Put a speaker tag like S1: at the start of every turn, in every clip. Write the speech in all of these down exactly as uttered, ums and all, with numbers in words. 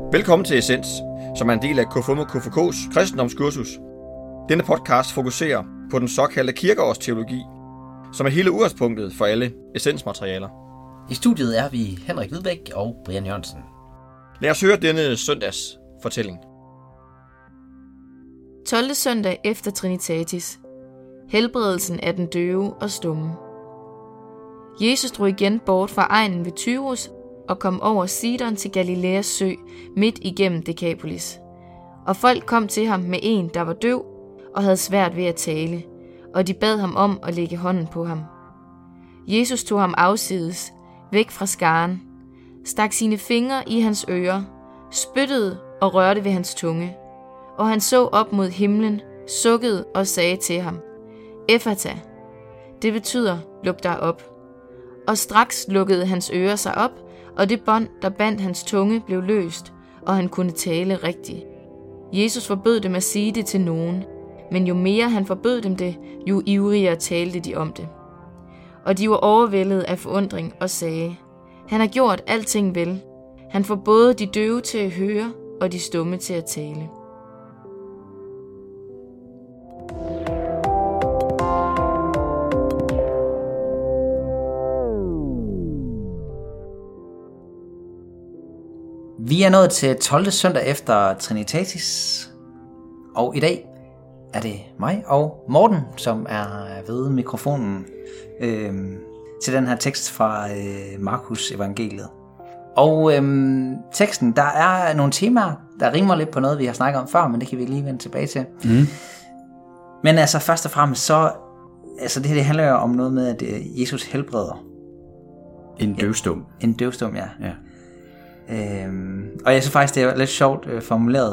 S1: Velkommen til Essens, som er en del af K F U M og K F K's kristendomskursus. Denne podcast fokuserer på den såkaldte kirkeårsteologi, som er hele udgangspunktet for alle essensmaterialer.
S2: I studiet er vi Henrik Hvidbæk og Brian Jørgensen.
S1: Lad os høre denne søndags fortælling.
S3: tolvte søndag efter Trinitatis. Helbredelsen af den døve og stumme. Jesus drog igen bort fra egnen ved Tyrus og kom over Sidon til Galilæas sø midt igennem Dekapolis. Og folk kom til ham med en, der var døv og havde svært ved at tale, og de bad ham om at lægge hånden på ham. Jesus tog ham afsides, væk fra skaren, stak sine fingre i hans ører, spyttede og rørte ved hans tunge. Og han så op mod himlen, sukkede og sagde til ham, Ephata, det betyder, luk dig op. Og straks lukkede hans ører sig op, og det bånd, der bandt hans tunge, blev løst, og han kunne tale rigtigt. Jesus forbød dem at sige det til nogen, men jo mere han forbød dem det, jo ivrigere talte de om det. Og de var overvældet af forundring og sagde, han har gjort alting vel. Han får både de døve til at høre, og de stumme til at tale.
S2: Vi er nået til tolvte søndag efter Trinitatis, og i dag er det mig og Morten, som er ved mikrofonen øh, til den her tekst fra øh, Markus evangeliet. Og øh, teksten, der er nogle temaer, der rimer lidt på noget, vi har snakket om før, men det kan vi lige vende tilbage til. Mm. Men altså først og fremmest, så altså det her det handler jo om noget med, at Jesus helbreder.
S4: En døvstum.
S2: Ja, en døvstum, ja.
S4: ja.
S2: Øhm, og jeg synes faktisk, det er lidt sjovt øh, formuleret.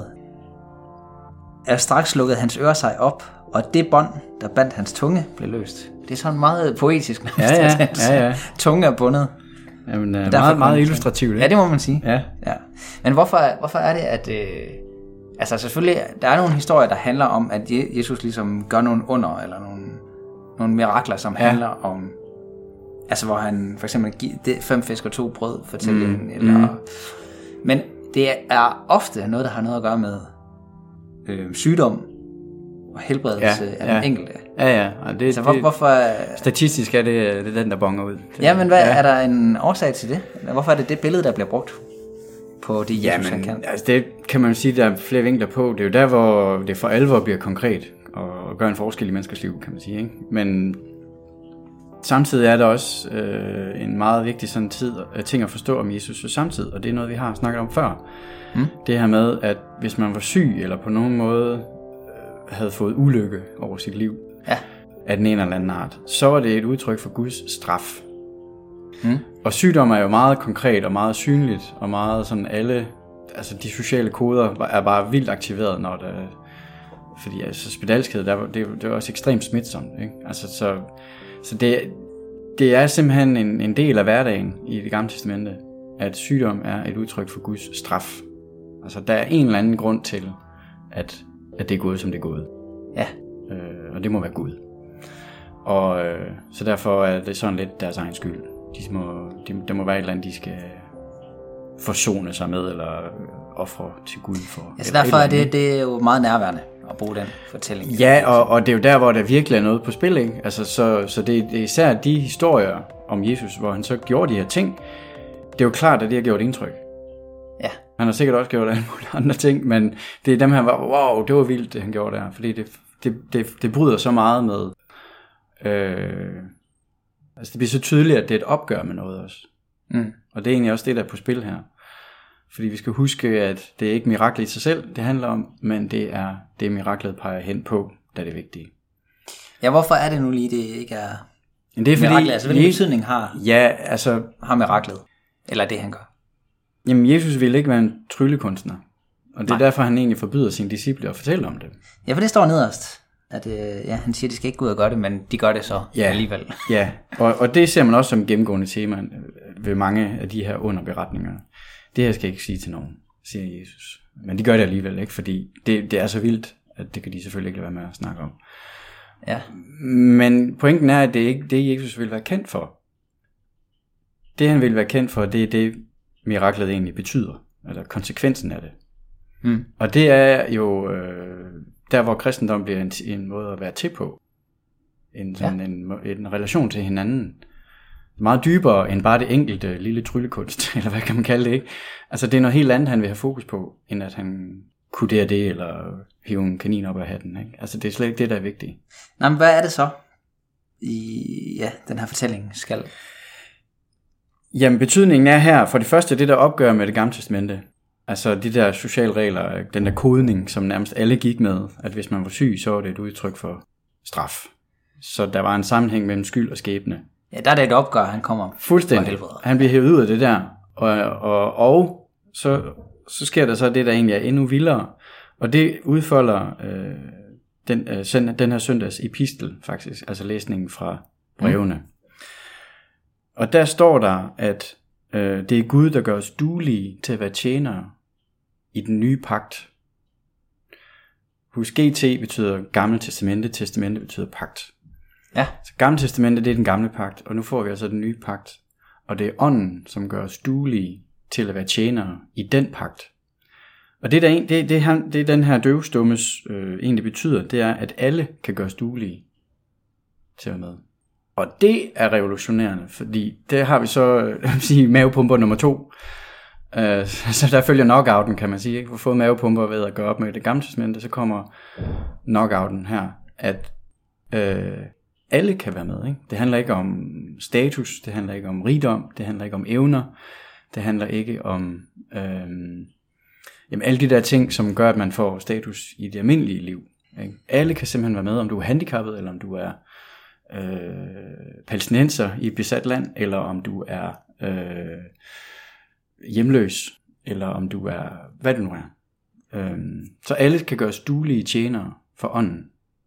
S2: Er straks lukkede hans ører sig op, og det bånd, der bandt hans tunge, blev løst. Det er sådan meget poetisk, når
S4: ja, ja,
S2: hans
S4: ja, ja.
S2: tunge er bundet.
S4: Jamen, uh, meget, meget illustrativt. Ikke?
S2: Ja, det må man sige.
S4: Ja.
S2: Ja. Men hvorfor, hvorfor er det, at... Øh, altså selvfølgelig, der er nogle historier, der handler om, at Jesus ligesom gør nogle under, eller nogle, nogle mirakler, som ja. handler om... Altså hvor han for eksempel giver fem fisk og to brød fortællingen, mm. eller... Mm. Men det er ofte noget, der har noget at gøre med øh, sygdom og helbredelse ja, af
S4: ja.
S2: den enkelte.
S4: Ja, ja. Og det,
S2: så hvor,
S4: det,
S2: hvorfor...
S4: Statistisk er det, det er den, der bonger ud. Det,
S2: ja, men hvad, ja. er der en årsag til det? Hvorfor er det det billede, der bliver brugt på det, Jesus
S4: ja, men,
S2: han kan?
S4: Altså det kan man sige, der er flere vinkler på. Det er jo der, hvor det for alvor bliver konkret og gør en forskel i menneskers liv, kan man sige. Ikke? Men... Samtidig er der også øh, en meget vigtig sådan tid, øh, ting at forstå om Jesus og samtid, og det er noget, vi har snakket om før. Mm. Det her med, at hvis man var syg, eller på nogen måde øh, havde fået ulykke over sit liv, ja. af den ene eller anden art, så var det et udtryk for Guds straf. Mm. Og sygdom er jo meget konkret og meget synligt, og meget sådan alle, altså de sociale koder er bare vildt aktiveret, når det, fordi altså spedalskhed, der, det, det er også ekstremt smitsomt, ikke? Altså så... Så det, det er simpelthen en, en del af hverdagen i Det Gamle Testamente, at sygdom er et udtryk for Guds straf. Altså der er en eller anden grund til, at, at det er gået, som det er gået.
S2: Ja.
S4: Øh, og det må være Gud. Og øh, så derfor er det sådan lidt deres egen skyld. De må, de, der må være et eller andet, de skal forsone sig med, eller ofre til Gud for.
S2: Ja, så derfor er det, det er jo meget nærværende at bruge den fortælling.
S4: Ja, og, og det er jo der, hvor der virkelig er noget på spil, ikke? Altså, så, så det, det er især de historier om Jesus, hvor han så gjorde de her ting. Det er jo klart, at det har gjort indtryk.
S2: Ja.
S4: Han har sikkert også gjort alle mulige andre ting, men det er dem her, hvor, wow, det var vildt, det han gjorde der. Fordi det, det, det, det bryder så meget med... Øh, altså, det bliver så tydeligt, at det er et opgør med noget også. Mm. Og det er egentlig også det, der er på spil her. Fordi vi skal huske, at det er ikke miraklet i sig selv, det handler om, men det er det, miraklet peger hen på, der er det vigtige.
S2: Ja, hvorfor er det nu lige, det ikke er,
S4: det er fordi,
S2: miraklet? Altså, hvilken betydning har,
S4: ja, altså,
S2: har miraklet? Eller det, han gør?
S4: Jamen, Jesus ville ikke være en tryllekunstner. Og det er Nej. derfor, han egentlig forbyder sine disciple at fortælle om det.
S2: Ja, for det står nederst. At, øh, ja, han siger, at de skal ikke gå ud og gøre det, men de gør det så
S4: ja.
S2: alligevel. Ja,
S4: og, og det ser man også som gennemgående tema ved mange af de her underberetninger. Det her skal jeg ikke sige til nogen, siger Jesus. Men de gør det alligevel, ikke? Fordi det, det er så vildt, at det kan de selvfølgelig ikke lade være med at snakke om.
S2: Ja.
S4: Men pointen er, at det ikke det, Jesus vil være kendt for. Det, han vil være kendt for, det er det, miraklet egentlig betyder. eller konsekvensen af det.
S2: Mm.
S4: Og det er jo øh, der, hvor kristendom bliver en, en måde at være til på. En, sådan ja. en, en relation til hinanden. Meget dybere end bare det enkelte lille tryllekunst, eller hvad kan man kalde det, ikke? Altså det er noget helt andet, han vil have fokus på, end at han kuderer det, eller hive en kanin op af hatten, ikke? Altså det er slet ikke det, der er vigtigt.
S2: Nå, men hvad er det så, i ja, den her fortælling skal?
S4: Jamen betydningen er her, for det første det der opgør med det gamle testamente. Altså de der sociale regler, den der kodning, som nærmest alle gik med, at hvis man var syg, så var det et udtryk for straf. Så der var en sammenhæng mellem skyld og skæbne.
S2: Ja, der er det et opgør, han kommer.
S4: Fuldstændig. Han bliver hævet ud af det der. Og, og, og så, så sker der så det, der egentlig er endnu vildere. Og det udfolder øh, den, øh, den her søndags epistel, faktisk. Altså læsningen fra brevene. Mm. Og der står der, at øh, det er Gud, der gør os duelige til at være tjenere i den nye pagt. Husk, G T betyder Gamle Testamente, Testamente betyder pagt.
S2: Ja.
S4: Så Gamle Testamente, det er den gamle pagt, og nu får vi altså den nye pagt. Og det er ånden, som gør os duelige til at være tjenere i den pagt. Og det, der, det, det, det, det den her døvstummes øh, egentlig betyder, det er, at alle kan gøres duelige til at være med. Og det er revolutionerende, fordi det har vi så, øh, sige, mavepumper nummer to. Øh, så der følger knockouten, kan man sige. Ikke? For fået mavepumper ved at gøre op med det gamle testamente, så kommer knockouten her, at øh, alle kan være med. Ikke? Det handler ikke om status, det handler ikke om rigdom, det handler ikke om evner, det handler ikke om øh, jamen, alle de der ting, som gør, at man får status i det almindelige liv. Ikke? Alle kan simpelthen være med, om du er handicappet, eller om du er øh, palæstinenser i et besat land, eller om du er øh, hjemløs, eller om du er, hvad du nu er. Øh, så alle kan gøres duelige tjenere for ånden.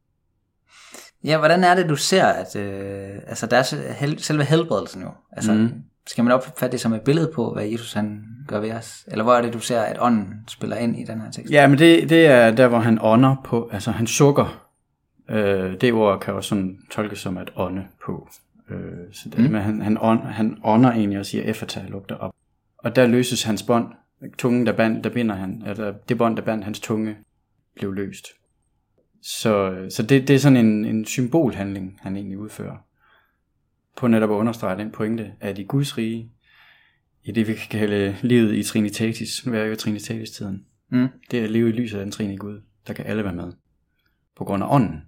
S2: Ja, hvordan er det, du ser, at øh, altså der er hel, selve helbredelsen jo? Altså, mm. skal man opfatte det som et billede på, hvad Jesus han gør ved os? Eller hvor er det, du ser, at ånden spiller ind i den her tekst?
S4: Ja, men det, det er der, hvor han ånder på, altså han sukker. Øh, det ord kan også sådan tolkes som at ånde på. Øh, så det, mm. men han, han, ånd, han ånder egentlig og siger, effata, lugter op. Og der løses hans bånd, tungen, der, band, der binder han, eller det bånd, der bandt hans tunge, blev løst. Så, så det, det er sådan en, en symbolhandling, han egentlig udfører. På netop at understrege den pointe, at i Guds rige, i det vi kan kalde livet i Trinitatis, nu er jo Trinitatis-tiden, mm. det er at leve i lyset af den trine Gud, der kan alle være med. På grund af ånden.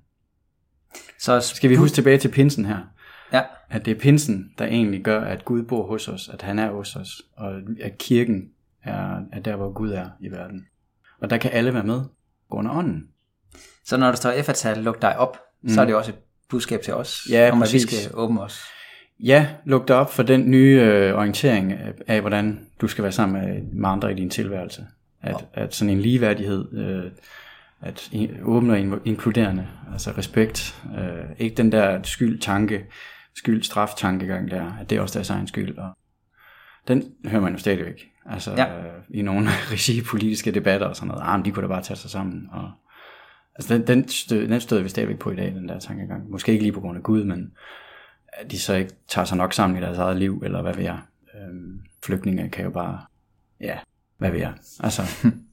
S4: Så skal vi huske tilbage til pinsen her.
S2: Ja.
S4: At det er pinsen, der egentlig gør, at Gud bor hos os, at han er hos os, og at kirken er, er der, hvor Gud er i verden. Og der kan alle være med, på grund af ånden.
S2: Så når der står effata, luk dig op, mm. så er det også et budskab til os,
S4: ja,
S2: om
S4: præcis.
S2: at vi skal åbne os.
S4: Ja, luk dig op for den nye øh, orientering af, af, hvordan du skal være sammen med, med andre i din tilværelse. At, oh. at sådan en ligeværdighed, øh, at åbne og inkluderende, altså respekt, øh, ikke den der skyld tanke, skyld straf tankegang der, at det er også deres egen skyld. Og den hører man jo stadigvæk, altså ja. øh, i nogle regi politiske debatter og sådan noget. Ah, men de kunne da bare tage sig sammen. Og altså den, den, stød, den støder vi stadigvæk på i dag, den der tankegang. Måske ikke lige på grund af Gud, men at de så ikke tager sig nok sammen i deres eget liv, eller hvad ved jeg. Øhm, flygtninge kan jo bare, ja, hvad ved jeg. Altså,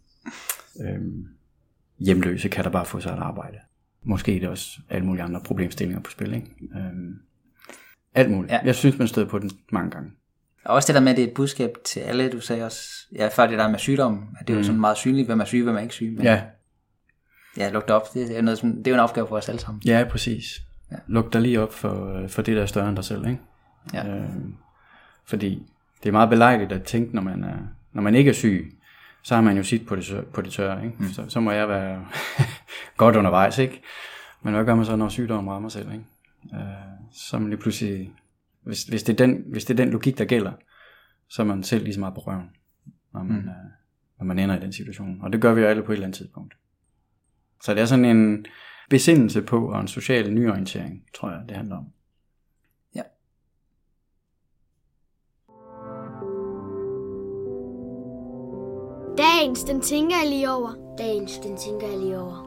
S4: øhm, hjemløse kan der bare få sig et arbejde. Måske er det også alle mulige andre problemstillinger på spil, ikke? Øhm, alt muligt. Ja. Jeg synes, man støder på den mange gange.
S2: Og også det der med, at det er et budskab til alle, du sagde også, ja, før det der med sygdom, at det er jo mm. sådan meget synligt, hvem er syg, hvem er ikke syg. Men
S4: ja.
S2: Ja, luk dig op. Det er, noget, det er jo en opgave for os alle sammen.
S4: Ja, præcis. Ja. Luk dig lige op for, for det, der er større end dig selv, ikke?
S2: Ja.
S4: Øhm, fordi det er meget belejligt at tænke, når man, er, når man ikke er syg, så har man jo sit på det, på det tørre, ikke? Mm. Så, så må jeg være godt undervejs, ikke? Men hvad gør man så, når sygdommen rammer selv, ikke? Øh, så man lige pludselig, hvis, hvis, det er den, hvis det er den logik, der gælder, så er man selv lige så meget på røven, når man, mm. øh, når man ender i den situation. Og det gør vi jo alle på et eller andet tidspunkt. Så det er sådan en besindelse på, og en social nyorientering, tror jeg, det handler om.
S2: Ja.
S5: Dagens, den tænker jeg lige over. Dagens, den tænker jeg lige over.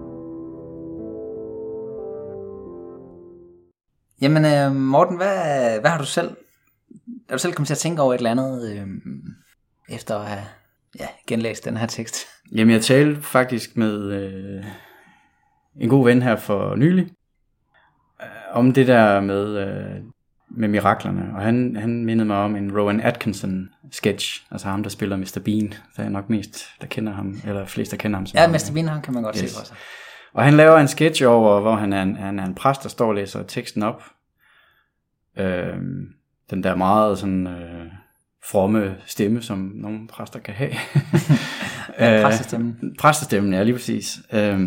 S2: Jamen øh, Morten, hvad, hvad har du selv, er du selv kommet til at tænke over et eller andet, øh, efter at have ja, genlæse den her tekst.
S4: Jamen, jeg talte faktisk med øh, en god ven her for nylig, øh, om det der med, øh, med miraklerne, og han, han mindede mig om en Rowan Atkinson sketch, altså ham, der spiller mister Bean, så er nok mest, der kender ham, eller flest, der kender ham.
S2: Ja, mister Bean, han kan man godt yes. se for sig.
S4: Og han laver en sketch over, hvor han er en, han er en præst, der står og læser teksten op. Øh, den der meget sådan øh, fromme stemme, som nogle præster kan have.
S2: Ja, præstestemmen.
S4: Øh, præstestemmen, ja, lige præcis. Øh,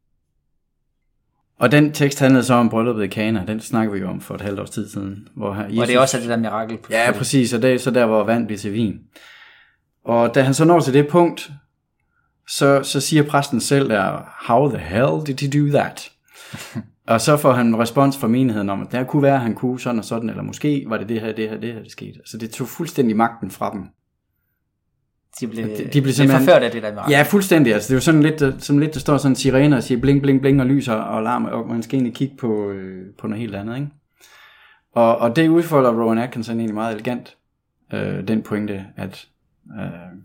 S4: og den tekst handlede så om brylluppet i Kana, den snakker vi jo om for et halvt års tid siden. Hvor her, Jesus,
S2: og det er også det der mirakel. På
S4: ja, præcis, og det er så der, hvor vand bliver til vin. Og da han så når til det punkt, så, så siger præsten selv der, how the hell did he do that? Og så får han en respons fra menigheden om, at det kunne være, at han kunne sådan og sådan, eller måske var det det her, det her, det her, det skete. Så det tog fuldstændig magten fra dem.
S2: De blev,
S4: de, de blev simpelthen
S2: forført af det der mirakel.
S4: Ja, fuldstændig. Altså, det er jo sådan lidt, som lidt, der står sådan en sirene og siger bling, bling, bling og lyser og larm, og man skal egentlig kigge på, øh, på noget helt andet, ikke? Og, og det udfolder Rowan Atkinson egentlig meget elegant, øh, den pointe, at, øh,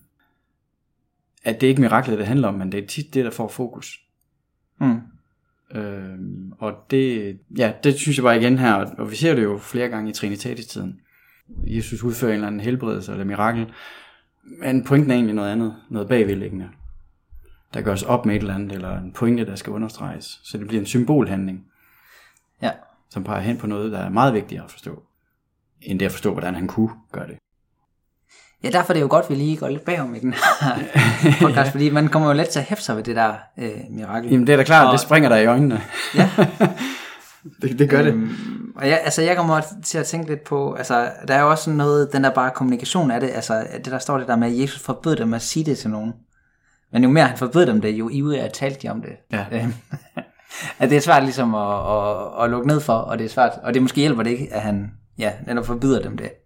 S4: at det er ikke miraklet, det handler om, men det er tit det, der får fokus.
S2: Mm.
S4: Øh, og det, ja, det synes jeg bare igen her, og vi ser det jo flere gange i Trinitatis-tiden. Jesus udfører en eller anden helbredelse eller mirakel, men pointen er egentlig noget andet, noget bagvedliggende, der gøres op med et eller andet, eller en pointe, der skal understreges. Så det bliver en symbolhandling,
S2: ja,
S4: som peger hen på noget, der er meget vigtigere at forstå, end det at forstå, hvordan han kunne gøre det.
S2: Ja, derfor er det jo godt, at vi lige går lidt bagom i den her podcast, fordi man kommer jo let til at hæfte sig ved det der øh, mirakel.
S4: Jamen det er da klart, og det springer der i øjnene.
S2: Ja.
S4: det, det gør det.
S2: Øhm, og jeg, altså, jeg kommer til at tænke lidt på, altså, der er jo også sådan noget, den der bare kommunikation af det, altså, det der står det der med, at Jesus forbød dem at sige det til nogen. Men jo mere han forbød dem det, jo ivrigere talte de om det.
S4: Ja.
S2: At det er svært ligesom at, at, at lukke ned for, og det er svært, og det måske hjælper det ikke, at han, ja, netop forbyder dem det.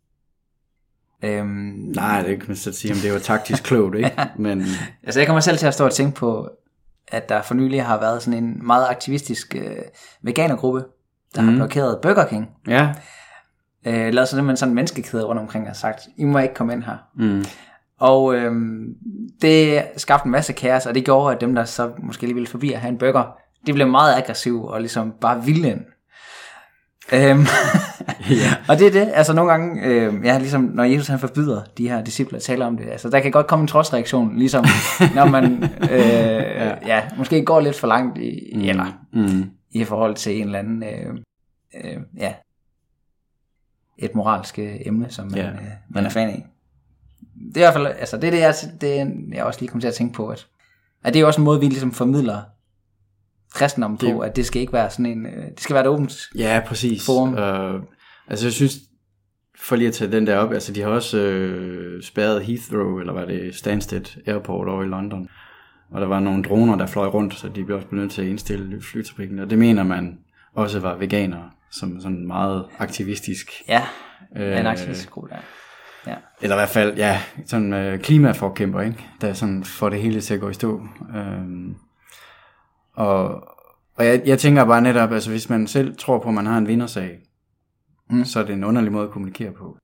S2: Øhm,
S4: Nej, det kan man så sige, om det var taktisk klogt, ikke?
S2: Ja.
S4: Men
S2: altså jeg kommer selv til at stå og tænke på, at der for nylig har været sådan en meget aktivistisk øh, veganergruppe, der mm. har blokeret Burger King.
S4: Ja.
S2: Øh, lavet sådan en sådan menneskekæde rundt omkring og sagt, I må ikke komme ind her.
S4: Mm.
S2: Og øh, det skabte en masse kaos, og det gjorde, at dem, der så måske lige ville forbi at have en burger, de blev meget aggressive og ligesom bare vilde ind. Øhm, ja. Og det er det, altså nogle gange, øh, ja, ligesom når Jesus han forbyder de her discipler at tale om det, altså der kan godt komme en trodsreaktion, ligesom når man øh, ja. ja, måske går lidt for langt i, mm. eller mm. i forhold til en eller anden, øh, øh, ja, et moralsk emne, som man, ja. øh, man er fan af. Det er i hvert fald, altså det er det, jeg, det, jeg også lige kom til at tænke på, at, at det er også en måde, vi ligesom formidler kristendom på, det, at det skal ikke være sådan en, det skal være et åbent
S4: ja, præcis.
S2: forum.
S4: Uh, altså jeg synes, for lige at tage den der op, altså de har også øh, spærret Heathrow, eller var det Stansted Airport over i London, og der var nogle droner, der fløj rundt, så de blev også nødt til at indstille flytrafikken, og det mener man også var veganere, som sådan meget aktivistisk.
S2: Ja, øh, en aktivistisk gruppe, ja. Ja.
S4: Eller i hvert fald, ja, sådan øh, klimaforkæmper, ikke? Der sådan får det hele til at gå i stå. Øhm, og og jeg, jeg tænker bare netop, altså hvis man selv tror på, at man har en vindersag, mm. så er det en underlig måde at kommunikere på.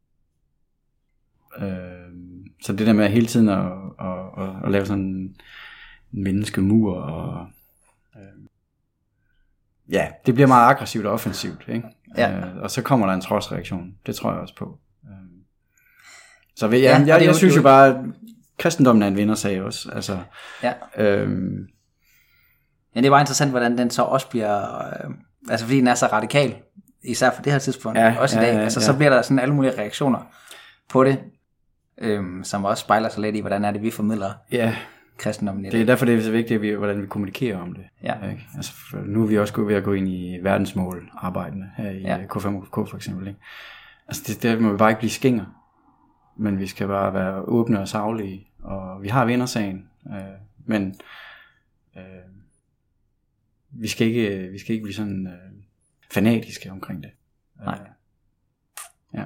S4: Øhm, så det der med hele tiden at, at, at, at lave sådan en menneskemur, og øh, ja, det bliver meget aggressivt og offensivt, ikke?
S2: Ja.
S4: Øh, og så kommer der en trodsreaktion. Det tror jeg også på. Så jeg,
S2: ja,
S4: jeg, jeg,
S2: jeg
S4: jeg synes jo bare, at kristendommen er en vindersag også. Altså,
S2: ja.
S4: Øhm,
S2: ja, det er bare interessant, hvordan den så også bliver, øh, altså fordi den er så radikal, især for det her tidspunkt,
S4: ja,
S2: også i dag,
S4: ja, ja,
S2: altså
S4: ja.
S2: så bliver der sådan alle mulige reaktioner på det, øhm, som også spejler sig lidt i, hvordan er det, vi formidler
S4: ja.
S2: kristendommen i
S4: det. Det er derfor, det er så vigtigt, at vi, hvordan vi kommunikerer om det.
S2: Ja.
S4: Ikke? Altså, nu er vi også ved at gå ind i verdensmål arbejdende her i
S2: ja.
S4: K fem K for eksempel. Ikke? Altså, det, der må vi bare ikke blive skinger. Men vi skal bare være åbne og saglige, og vi har vindersagen, øh, men øh, vi skal ikke vi skal ikke blive sådan øh, fanatiske omkring det.
S2: Nej.
S4: Ja.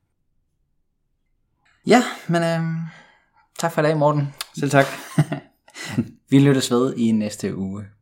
S2: Ja, men øh, tak for i dag, Morten.
S4: Selv tak.
S2: Vi lyttes ved i næste uge.